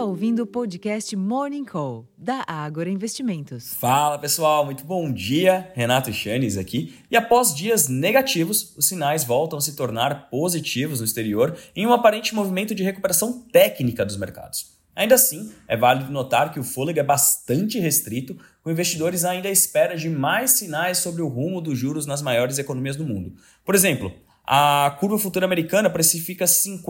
está ouvindo o podcast Morning Call, da Ágora Investimentos. Fala pessoal, muito bom dia, Renato Chanes aqui. E após dias negativos, os sinais voltam a se tornar positivos no exterior em um aparente movimento de recuperação técnica dos mercados. Ainda assim, é válido notar que o fôlego é bastante restrito, com investidores ainda à espera de mais sinais sobre o rumo dos juros nas maiores economias do mundo. Por exemplo, a curva futura americana precifica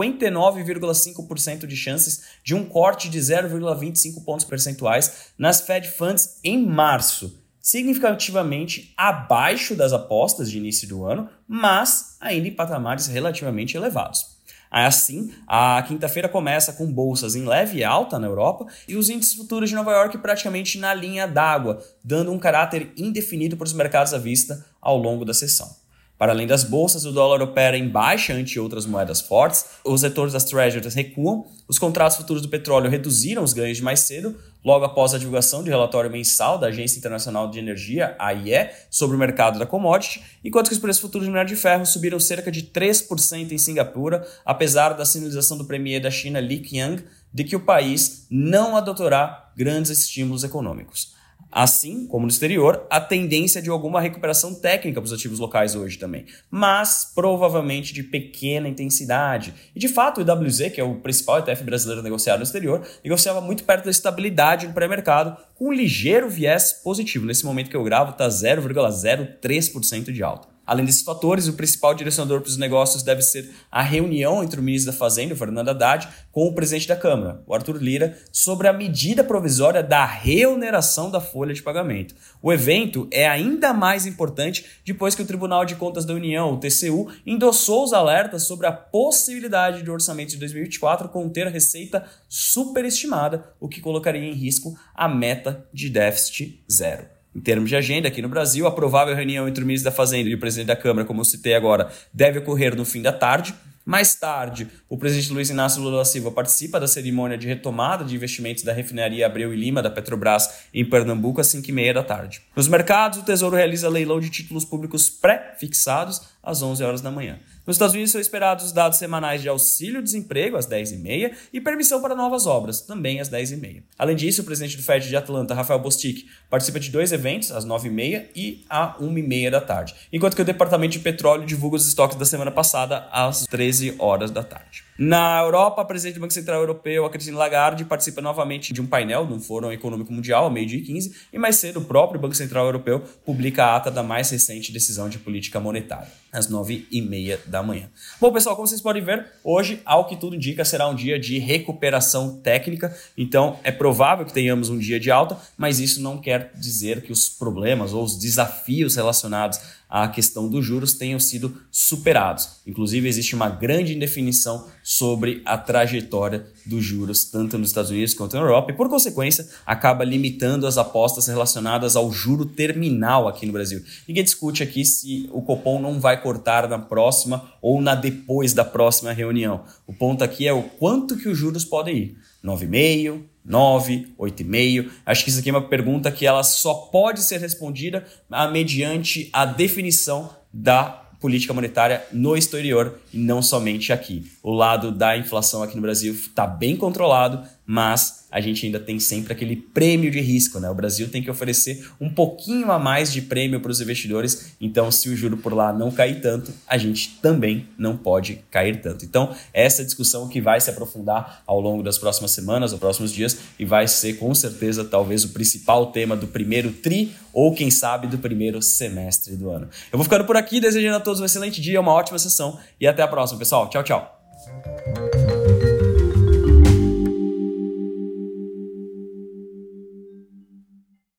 59,5% de chances de um corte de 0,25 pontos percentuais nas Fed Funds em março, significativamente abaixo das apostas de início do ano, mas ainda em patamares relativamente elevados. Assim, a quinta-feira começa com bolsas em leve alta na Europa e os índices futuros de Nova York praticamente na linha d'água, dando um caráter indefinido para os mercados à vista ao longo da sessão. Para além das bolsas, o dólar opera em baixa ante outras moedas fortes, os retornos das treasuries recuam, os contratos futuros do petróleo reduziram os ganhos de mais cedo, logo após a divulgação de relatório mensal da Agência Internacional de Energia, AIE, sobre o mercado da commodity, enquanto que os preços futuros do minério de ferro subiram cerca de 3% em Singapura, apesar da sinalização do premier da China, Li Qiang, de que o país não adotará grandes estímulos econômicos. Assim como no exterior, a tendência é de alguma recuperação técnica para os ativos locais hoje também, mas provavelmente de pequena intensidade. E de fato o IWZ, que é o principal ETF brasileiro negociado no exterior, negociava muito perto da estabilidade no pré-mercado, com um ligeiro viés positivo. Nesse momento que eu gravo está 0,03% de alta. Além desses fatores, o principal direcionador para os negócios deve ser a reunião entre o ministro da Fazenda, o Fernando Haddad, com o presidente da Câmara, o Arthur Lira, sobre a medida provisória da reoneração da folha de pagamento. O evento é ainda mais importante depois que o Tribunal de Contas da União, o TCU, endossou os alertas sobre a possibilidade de orçamento de 2024 conter receita superestimada, o que colocaria em risco a meta de déficit zero. Em termos de agenda, aqui no Brasil, a provável reunião entre o ministro da Fazenda e o presidente da Câmara, como eu citei agora, deve ocorrer no fim da tarde. Mais tarde, o presidente Luiz Inácio Lula da Silva participa da cerimônia de retomada de investimentos da refinaria Abreu e Lima, da Petrobras, em Pernambuco, às 5h30 da tarde. Nos mercados, o Tesouro realiza leilão de títulos públicos pré-fixados às 11 horas da manhã. Nos Estados Unidos são esperados os dados semanais de auxílio-desemprego às 10h30 e permissão para novas obras, também às 10h30. Além disso, o presidente do Fed de Atlanta, Rafael Bostic, participa de dois eventos, às 9h30 e às 1h30 da tarde, enquanto que o Departamento de Petróleo divulga os estoques da semana passada às 13 horas da tarde. Na Europa, a presidente do Banco Central Europeu, a Christine Lagarde, participa novamente de um painel no Fórum Econômico Mundial, ao 12h15, e mais cedo o próprio Banco Central Europeu publica a ata da mais recente decisão de política monetária, às 9h30 da manhã. Bom, pessoal, como vocês podem ver, hoje, ao que tudo indica, será um dia de recuperação técnica, então é provável que tenhamos um dia de alta, mas isso não quer dizer que os problemas ou os desafios relacionados à questão dos juros tenham sido superados. Inclusive, existe uma grande indefinição sobre a trajetória dos juros, tanto nos Estados Unidos quanto na Europa, e, por consequência, acaba limitando as apostas relacionadas ao juro terminal aqui no Brasil. Ninguém discute aqui se o Copom não vai cortar na próxima ou depois da próxima reunião. O ponto aqui é o quanto que os juros podem ir. 9,5%, 9, 8,5. Acho que isso aqui é uma pergunta que ela só pode ser respondida mediante a definição da política monetária no exterior e não somente aqui. O lado da inflação aqui no Brasil está bem controlado, mas a gente ainda tem sempre aquele prêmio de risco, né? O Brasil tem que oferecer um pouquinho a mais de prêmio para os investidores, então se o juro por lá não cair tanto, a gente também não pode cair tanto. Então essa é a discussão que vai se aprofundar ao longo das próximas semanas, ou próximos dias, e vai ser com certeza talvez o principal tema do primeiro tri, ou quem sabe do primeiro semestre do ano. Eu vou ficando por aqui, desejando a todos um excelente dia, uma ótima sessão e até a próxima, pessoal. Tchau, tchau.